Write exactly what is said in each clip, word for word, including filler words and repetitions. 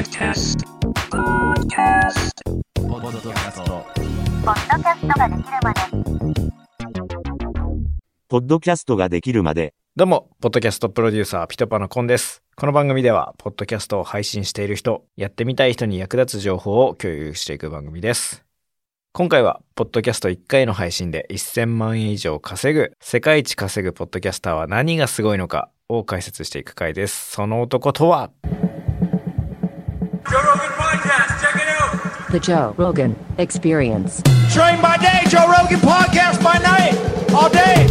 Podcast Podcast ポッドキャストポッドキャストができるまでポッドキャストができるまで。 どうも、ポッドキャストプロデューサーピトパのコンです。この番組ではポッドキャストを配信している人、やってみたい人に役立つ情報を共有していく番組です。今回はポッドキャストいっかいの配信でせんまんえん以上稼ぐ、世界一稼ぐポッドキャスターは何がすごいのかを解説していく回です。その男とは The Joe Rogan Experience. Train by day, Joe Rogan podcast by night, all day.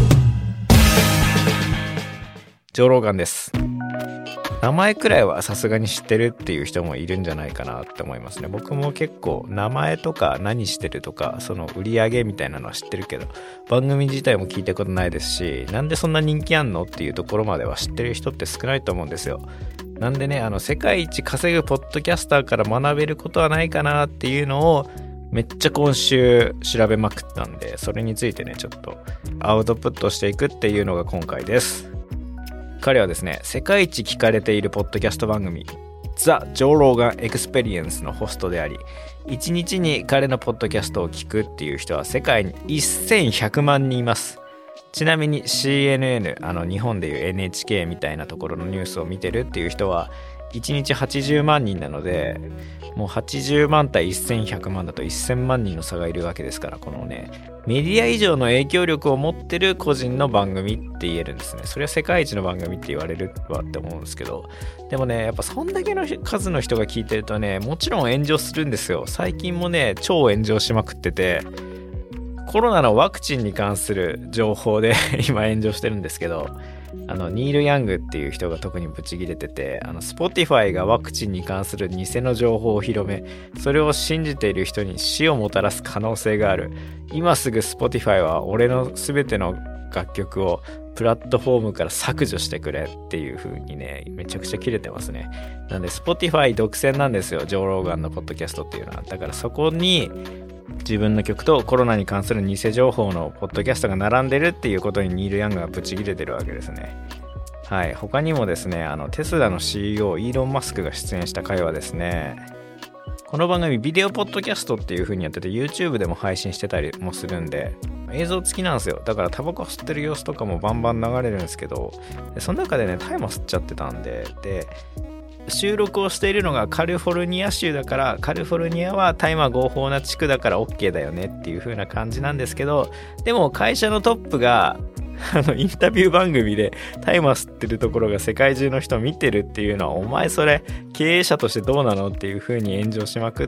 ジョー・ローガンです。名前くらいはさすがに知ってるっていう人もいるんじゃないかなって思いますね。僕も結構名前とか何してるとかその売り上げみたいなのは知ってるけど、番組自体も聞いたことないですし、なんでそんな人気あんのっていうところまでは知ってる人って少ないと思うんですよ。なんでね、あの世界一稼ぐポッドキャスターから学べることはないかなっていうのをめっちゃ今週調べまくったんで、それについてねちょっとアウトプットしていくっていうのが今回です。彼はですね、世界一聞かれているポッドキャスト番組ザ・ジョー・ローガン・エクスペリエンスのホストであり、いちにちに彼のポッドキャストを聞くっていう人は世界にせんひゃくまんにんいます。ちなみに シーエヌエヌ、あの日本でいう エヌエイチケー みたいなところのニュースを見てるっていう人はいちにちはちじゅうまんにんなので、もうはちじゅうまん対せんひゃくまんだとせんまんにんの差がいるわけですから、このねメディア以上の影響力を持ってる個人の番組って言えるんですね。それは世界一の番組って言われるわって思うんですけど、でもねやっぱそんだけの数の人が聞いてるとね、もちろん炎上するんですよ。最近もね超炎上しまくってて、コロナのワクチンに関する情報で今炎上してるんですけど、あのニール・ヤングっていう人が特にブチギレてて、あの Spotify がワクチンに関する偽の情報を広め、それを信じている人に死をもたらす可能性がある。今すぐ Spotify は俺の全ての楽曲をプラットフォームから削除してくれっていう風にねめちゃくちゃキレてますね。なんで Spotify 独占なんですよ、ジョー・ローガンのポッドキャストっていうのは。だからそこに自分の曲とコロナに関する偽情報のポッドキャストが並んでるっていうことにニール・ヤングがブチギレてるわけですね。はい、他にもですね、あのテスラの シーイーオー イーロン・マスクが出演した回はですね、この番組ビデオポッドキャストっていう風にやってて YouTube でも配信してたりもするんで映像付きなんですよ。だからタバコ吸ってる様子とかもバンバン流れるんですけど、その中でね大麻吸っちゃってたんで、で収録をしているのがカリフォルニア州だから、カリフォルニアは大麻合法な地区だから OK だよねっていう風な感じなんですけど、でも会社のトップがあのインタビュー番組で大麻吸ってるところが世界中の人見てるっていうのは、お前それ経営者としてどうなのっていう風に炎上しまくって、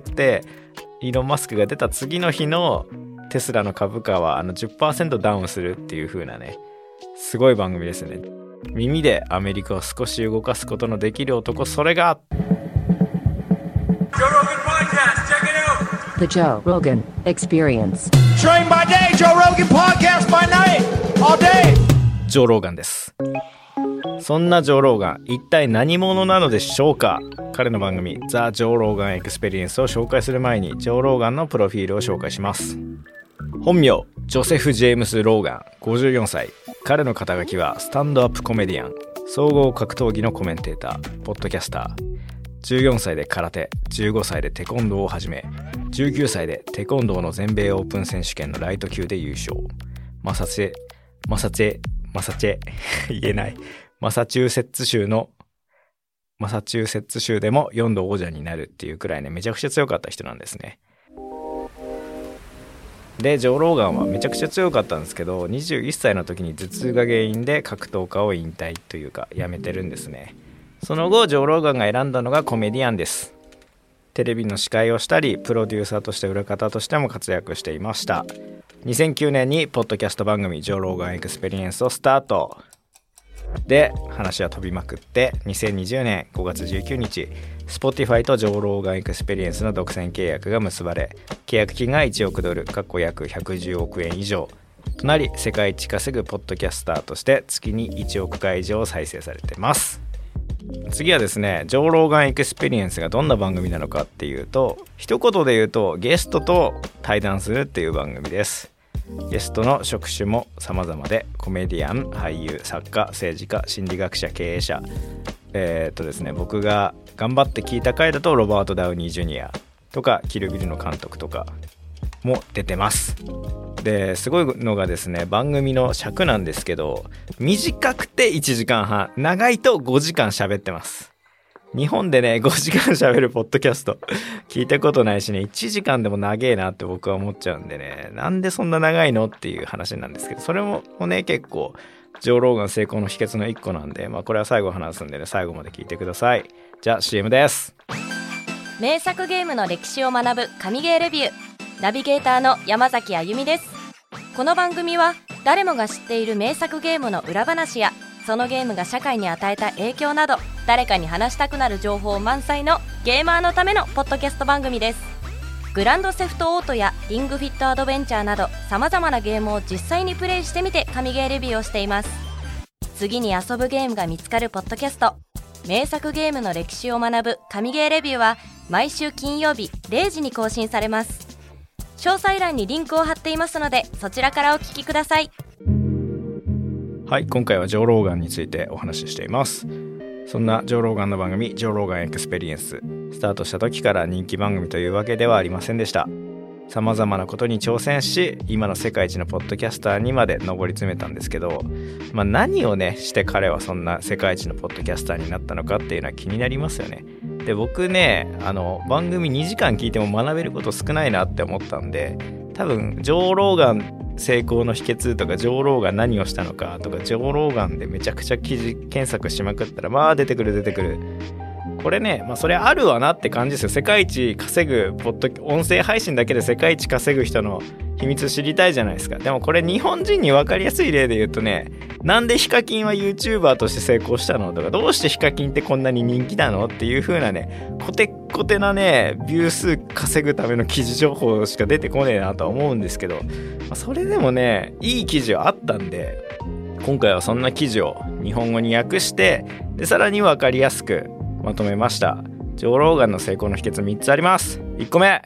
イーロン・マスクが出た次の日のテスラの株価はあの じゅっパーセント ダウンするっていう風なね、すごい番組ですね。耳でアメリカを少し動かすことのできる男、それが The Joe Rogan Experience. Train by day, Joe Rogan podcast by night, all day. ジョー・ローガンです。そんなジョー・ローガン、一体何者なのでしょうか。彼の番組ザ・ジョー・ローガン・エクスペリエンスを紹介する前に、ジョー・ローガンのプロフィールを紹介します。本名ジョセフ・ジェームス・ローガン、ごじゅうよんさい。彼の肩書きはスタンドアップコメディアン、総合格闘技のコメンテーター、ポッドキャスター。じゅうよんさいで空手、じゅうごさいでテコンドーを始め、じゅうきゅうさいでテコンドーの全米オープン選手権のライト級で優勝。マサチェマサチェマサチェ言えないマサチューセッツ州のマサチューセッツ州でもよんど王者になるっていうくらいね、めちゃくちゃ強かった人なんですね。でジョー・ローガンはめちゃくちゃ強かったんですけど、にじゅういっさいの時に頭痛が原因で格闘家を引退というかやめてるんですね。その後ジョー・ローガンが選んだのがコメディアンです。テレビの司会をしたり、プロデューサーとして裏方としても活躍していました。にせんきゅうねんにポッドキャスト番組ジョー・ローガンエクスペリエンスをスタートで、話は飛びまくってにせんにじゅうねんごがつじゅうくにち Spotify とジョー・ローガンエクスペリエンスの独占契約が結ばれ、契約金がいちおくドル約ひゃくじゅうおくえん以上となり、世界一稼ぐポッドキャスターとして月にいちおくかい以上再生されてます。次はですね、ジョー・ローガンエクスペリエンスがどんな番組なのかっていうと、一言で言うとゲストと対談するっていう番組です。ゲストの職種も様々で、コメディアン、俳優、作家、政治家、心理学者、経営者、えーっとですね、僕が頑張って聞いた回だとロバート・ダウニー・ジュニアとかキルビルの監督とかも出てます。ですごいのがですね、番組の尺なんですけど、短くていちじかんはん、長いとごじかん喋ってます。日本でねごじかん喋るポッドキャスト聞いたことないしね、いちじかんでも長えなって僕は思っちゃうんでね、なんでそんな長いのっていう話なんですけど、それもね結構ジョー・ローガン成功の秘訣のいっこなんで、まあこれは最後話すんでね、最後まで聞いてください。じゃあ シーエム です。 名作ゲームの歴史を学ぶ神ゲーレビュー、ナビゲーターの山崎あゆみです。この番組は誰もが知っている名作ゲームの裏話や、そのゲームが社会に与えた影響など、誰かに話したくなる情報満載のゲーマーのためのポッドキャスト番組です。グランドセフトオートやリングフィットアドベンチャーなど様々なゲームを実際にプレイしてみて神ゲーレビューをしています。次に遊ぶゲームが見つかるポッドキャスト、名作ゲームの歴史を学ぶ神ゲーレビューは毎週金曜日れいじに更新されます。詳細欄にリンクを貼っていますので、そちらからお聞きください。 はい、今回はジョー・ローガンについてお話ししています。そんなジョー・ローガンの番組、ジョー・ローガンエクスペリエンス、スタートした時から人気番組というわけではありませんでした。さまざまなことに挑戦し、今の世界一のポッドキャスターにまで上り詰めたんですけど、まあ、何をねして彼はそんな世界一のポッドキャスターになったのかっていうのは気になりますよね。で、僕ね、あの番組にじかん聞いても学べること少ないなって思ったんで、多分ジョー・ローガン成功の秘訣とか、ジョー・ローガン何をしたのかとか、ジョー・ローガンでめちゃくちゃ記事検索しまくったら、まあ出てくる出てくる。これね、まあそれあるわなって感じですよ。世界一稼ぐポッド音声配信だけで世界一稼ぐ人の秘密知りたいじゃないですか。でもこれ日本人に分かりやすい例で言うとね、なんでヒカキンは YouTuber として成功したのとか、どうしてヒカキンってこんなに人気なのっていう風なね、コテッコテなねビュー数稼ぐための記事情報しか出てこねえなとは思うんですけど、まあ、それでもねいい記事はあったんで、今回はそんな記事を日本語に訳して、でさらに分かりやすくまとめました。ジョー・ローガンの成功の秘訣みっつあります。いっこめ、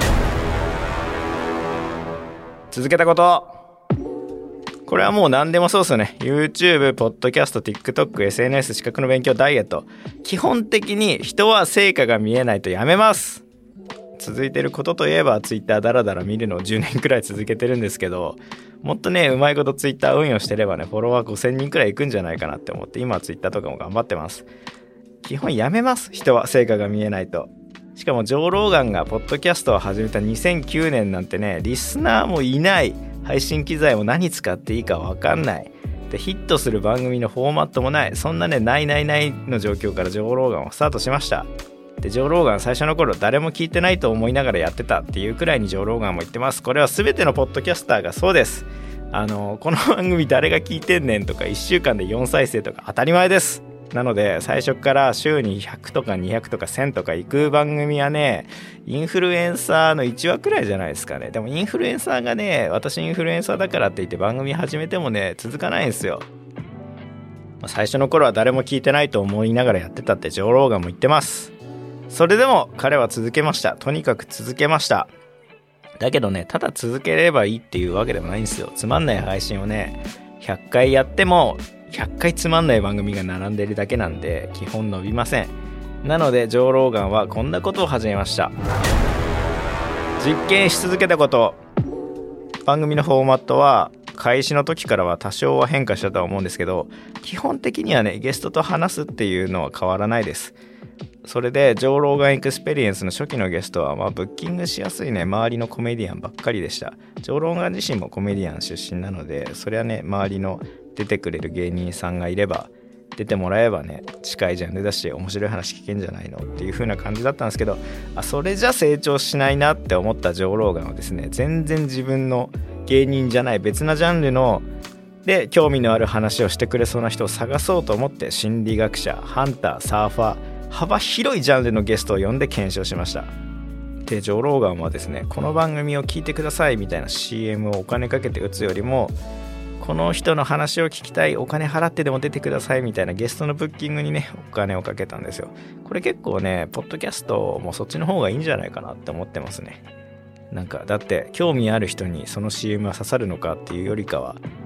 続けたこと。これはもう何でもそうですよね。 YouTube、ポッドキャスト、TikTok、エスエヌエス、資格の勉強、ダイエット、基本的に人は成果が見えないとやめます。続いてることといえば Twitter だらだら見るのをじゅうねんくらい続けてるんですけど、もっとねうまいこと Twitter 運用してればね、フォロワーごせんにんくらいいくんじゃないかなって思って、今は Twitter とかも頑張ってます。基本やめます。人は成果が見えないと。しかもジョー・ローガンがポッドキャストを始めたにせんきゅうねんなんてね、リスナーもいない、配信機材も何使っていいか分かんないで、ヒットする番組のフォーマットもない、そんなねないないないの状況からジョー・ローガンをスタートしました。で、ジョー・ローガン最初の頃誰も聞いてないと思いながらやってたっていうくらいにジョー・ローガンも言ってます。これは全てのポッドキャスターがそうです。あのこの番組誰が聞いてんねんとか、いっしゅうかんでよん再生とか当たり前です。なので最初から週にひゃくとかにひゃくとかせんとか行く番組はね、インフルエンサーのいちわくらいじゃないですかね。でもインフルエンサーがね、私インフルエンサーだからって言って番組始めてもね続かないんですよ。最初の頃は誰も聞いてないと思いながらやってたってジョー・ローガンも言ってます。それでも彼は続けました。とにかく続けました。だけどね、ただ続ければいいっていうわけでもないんですよ。つまんない配信をねひゃっかいやってもひゃっかいつまんない番組が並んでるだけなんで、基本伸びません。なのでジョー・ローガンはこんなことを始めました。実験し続けたこと。番組のフォーマットは開始の時からは多少は変化したとは思うんですけど、基本的にはねゲストと話すっていうのは変わらないです。それでジョー・ローガンエクスペリエンスの初期のゲストは、まあブッキングしやすいね周りのコメディアンばっかりでした。ジョー・ローガン自身もコメディアン出身なので、それはね周りの出てくれる芸人さんがいれば、出てもらえばね近いジャンルだし面白い話聞けんじゃないのっていう風な感じだったんですけど、あそれじゃ成長しないなって思ったジョー・ローガンはですね、全然自分の芸人じゃない別なジャンルので興味のある話をしてくれそうな人を探そうと思って、心理学者、ハンター、サーファー、幅広いジャンルのゲストを呼んで検証しました。でジョー・ローガンはですね、この番組を聞いてくださいみたいな シーエム をお金かけて打つよりも、この人の話を聞きたい、お金払ってでも出てくださいみたいなゲストのブッキングにねお金をかけたんですよ。これ結構ねポッドキャストもそっちの方がいいんじゃないかなって思ってますね。なんかだって興味ある人にその シーエム は刺さるのかっていうよりかは、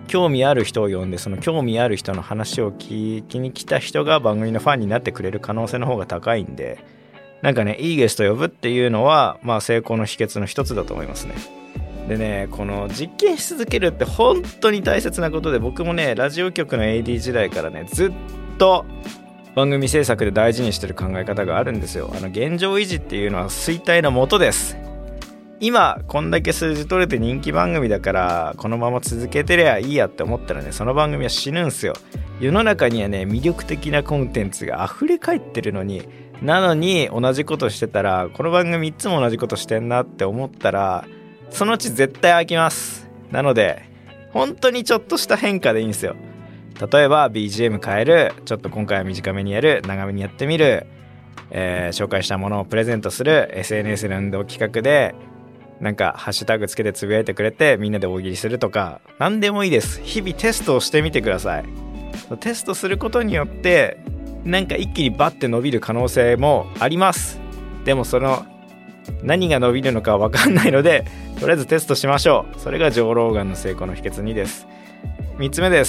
興味ある人を呼んで、その興味ある人の話を聞きに来た人が番組のファンになってくれる可能性の方が高いんで、なんかねいいゲスト呼ぶっていうのはまあ成功の秘訣の一つだと思いますね。でね、この実験し続けるって本当に大切なことで、僕もねラジオ局の エーディー 時代からねずっと番組制作で大事にしてる考え方があるんですよ。あの現状維持っていうのは衰退のもとです。今こんだけ数字取れて人気番組だからこのまま続けてりゃいいやって思ったらね、その番組は死ぬんすよ。世の中にはね魅力的なコンテンツが溢れ返ってるのに、なのに同じことしてたら、この番組いつも同じことしてんなって思ったらそのうち絶対飽きます。なので本当にちょっとした変化でいいんですよ。例えば ビージーエム 変える、ちょっと今回は短めにやる、長めにやってみる、えー、紹介したものをプレゼントする、 エスエヌエス 連動企画でなんかハッシュタグつけてつぶやいてくれてみんなで大喜利するとか、何でもいいです。日々テストをしてみてください。テストすることによってなんか一気にバッて伸びる可能性もあります。でもその何が伸びるのか分かんないので、とりあえずテストしましょう。それがジョー・ローガンの成功の秘訣にです。みっつめです。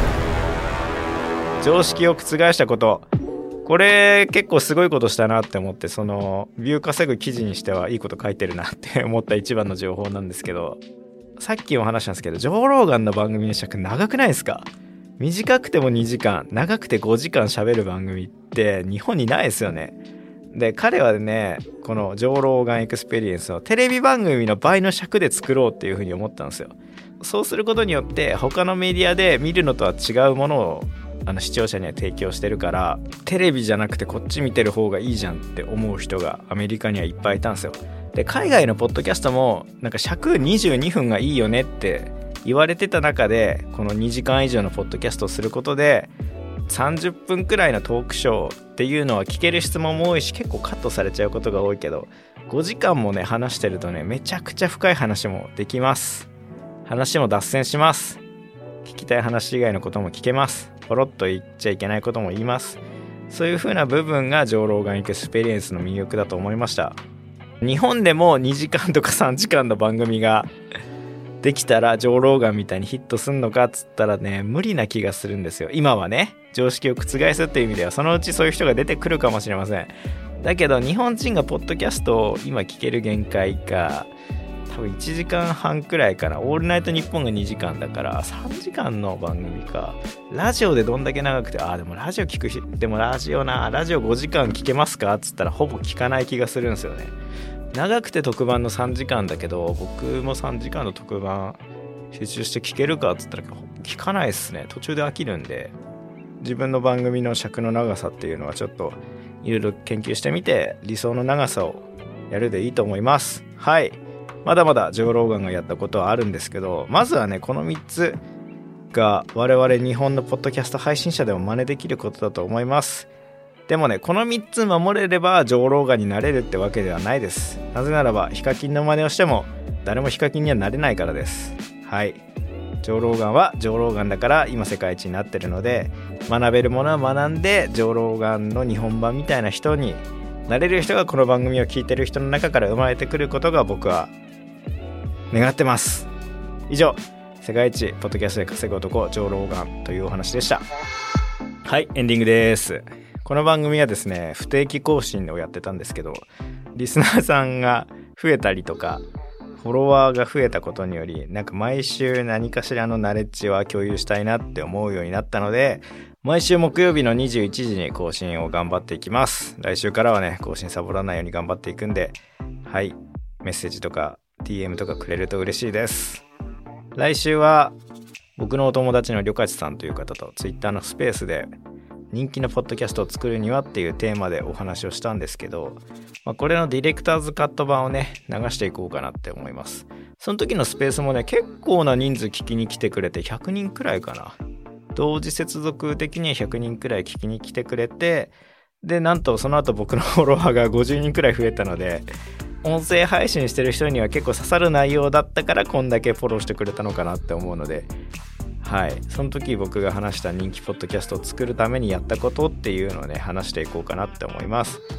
常識を覆したこと。これ結構すごいことしたなって思って、そのビュー稼ぐ記事にしてはいいこと書いてるなって思った一番の情報なんですけど、さっきも話したんですけど、ジョー・ローガンの番組の尺長くないですか？短くてもにじかん、長くてごじかん喋る番組って日本にないですよね。で彼はね、このジョー・ローガンエクスペリエンスをテレビ番組の倍の尺で作ろうっていうふうに思ったんですよ。そうすることによって他のメディアで見るのとは違うものをあの視聴者には提供してるから、テレビじゃなくてこっち見てる方がいいじゃんって思う人がアメリカにはいっぱいいたんですよ。で海外のポッドキャストもなんか尺にじゅうにふんがいいよねって言われてた中で、このにじかん以上のポッドキャストをすることでさんじゅっぷんくらいのトークショーっていうのは聞ける質問も多いし、結構カットされちゃうことが多いけど、ごじかんもね話してるとね、めちゃくちゃ深い話もできます。話も脱線します。聞きたい話以外のことも聞けます。ポロッと言っちゃいけないことも言います。そういう風な部分がジョー・ローガンエクスペリエンスの魅力だと思いました。日本でもにじかんとかさんじかんの番組ができたらジョー・ローガンみたいにヒットすんのかっつったらね、無理な気がするんですよ。今はね、常識を覆すっていう意味ではそのうちそういう人が出てくるかもしれません。だけど日本人がポッドキャストを今聞ける限界が多分いちじかんはんくらいかな。オールナイトニッポンがにじかんだからさんじかんの番組か。ラジオでどんだけ長くて、あーでもラジオ聞く人、でもラジオな、ラジオごじかん聞けますかっつったらほぼ聞かない気がするんですよね。長くて特番のさんじかんだけど、僕もさんじかんの特番集中して聞けるかっつったら聞かないっすね。途中で飽きるんで、自分の番組の尺の長さっていうのはちょっといろいろ研究してみて、理想の長さをやるでいいと思います。はい、まだまだジョー・ローガンがやったことはあるんですけど、まずはねこのみっつが我々日本のポッドキャスト配信者でも真似できることだと思います。でもね、このみっつ守れればジョー・ローガンになれるってわけではないです。なぜならばヒカキンの真似をしても誰もヒカキンにはなれないからです。はい、ジョー・ローガンはジョー・ローガンだから今世界一になってるので、学べるものは学んでジョー・ローガンの日本版みたいな人になれる人がこの番組を聞いてる人の中から生まれてくることが僕は願ってます。以上、世界一ポッドキャストで稼ぐ男ジョー・ローガンというお話でした。はい、エンディングです。この番組はですね、不定期更新をやってたんですけど、リスナーさんが増えたりとかフォロワーが増えたことにより、なんか毎週何かしらのナレッジは共有したいなって思うようになったので、毎週木曜日のにじゅういちじに更新を頑張っていきます。来週からはね、更新サボらないように頑張っていくんで、はい、メッセージとか ディーエム とかくれると嬉しいです。来週は僕のお友達のりょかちさんという方と Twitter のスペースで人気のポッドキャストを作るにはっていうテーマでお話をしたんですけど、まあ、これのディレクターズカット版をね流していこうかなって思います。その時のスペースもね結構な人数聞きに来てくれて、ひゃくにんくらいかな、同時接続的にはひゃくにんくらい聞きに来てくれて、でなんとその後僕のフォロワーがごじゅうにんくらい増えたので、音声配信してる人には結構刺さる内容だったからこんだけフォローしてくれたのかなって思うので、はい、その時僕が話した人気ポッドキャストを作るためにやったことっていうのをね話していこうかなって思います。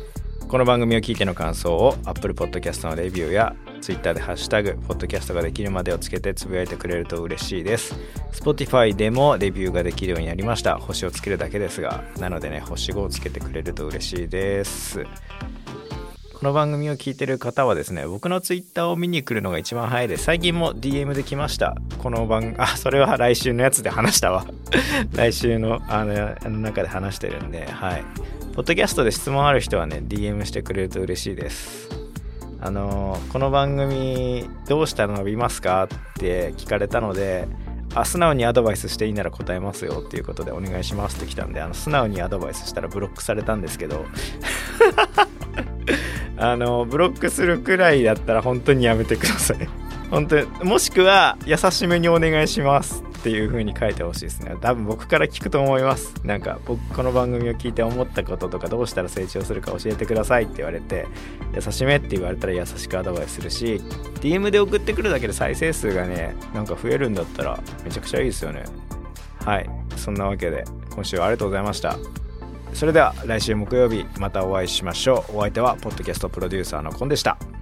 この番組を聞いての感想を Apple Podcast のレビューや Twitter でハッシュタグポッドキャストができるまでをつけてつぶやいてくれると嬉しいです。 Spotify でもレビューができるようになりました。星をつけるだけですが、なのでね星ごをつけてくれると嬉しいです。この番組を聞いてる方はですね、僕のツイッターを見に来るのが一番早いです。最近も ディーエム で来ました。この番あそれは来週のやつで話したわ来週のあのあの中で話してるんで、はいポッドキャストで質問ある人はね ディーエム してくれると嬉しいです。あのこの番組どうしたら伸びますかって聞かれたので、あ素直にアドバイスしていいなら答えますよっていうことでお願いしますって来たんで、あの素直にアドバイスしたらブロックされたんですけどあのブロックするくらいだったら本当にやめてください本当に。もしくは優しめにお願いしますっていう風に書いてほしいですね。多分僕から聞くと思います。なんか僕この番組を聞いて思ったこととかどうしたら成長するか教えてくださいって言われて、優しめって言われたら優しくアドバイスするし、 ディーエム で送ってくるだけで再生数がねなんか増えるんだったらめちゃくちゃいいですよね。はい、そんなわけで今週はありがとうございました。それでは来週木曜日またお会いしましょう。お相手はポッドキャストプロデューサーのコンでした。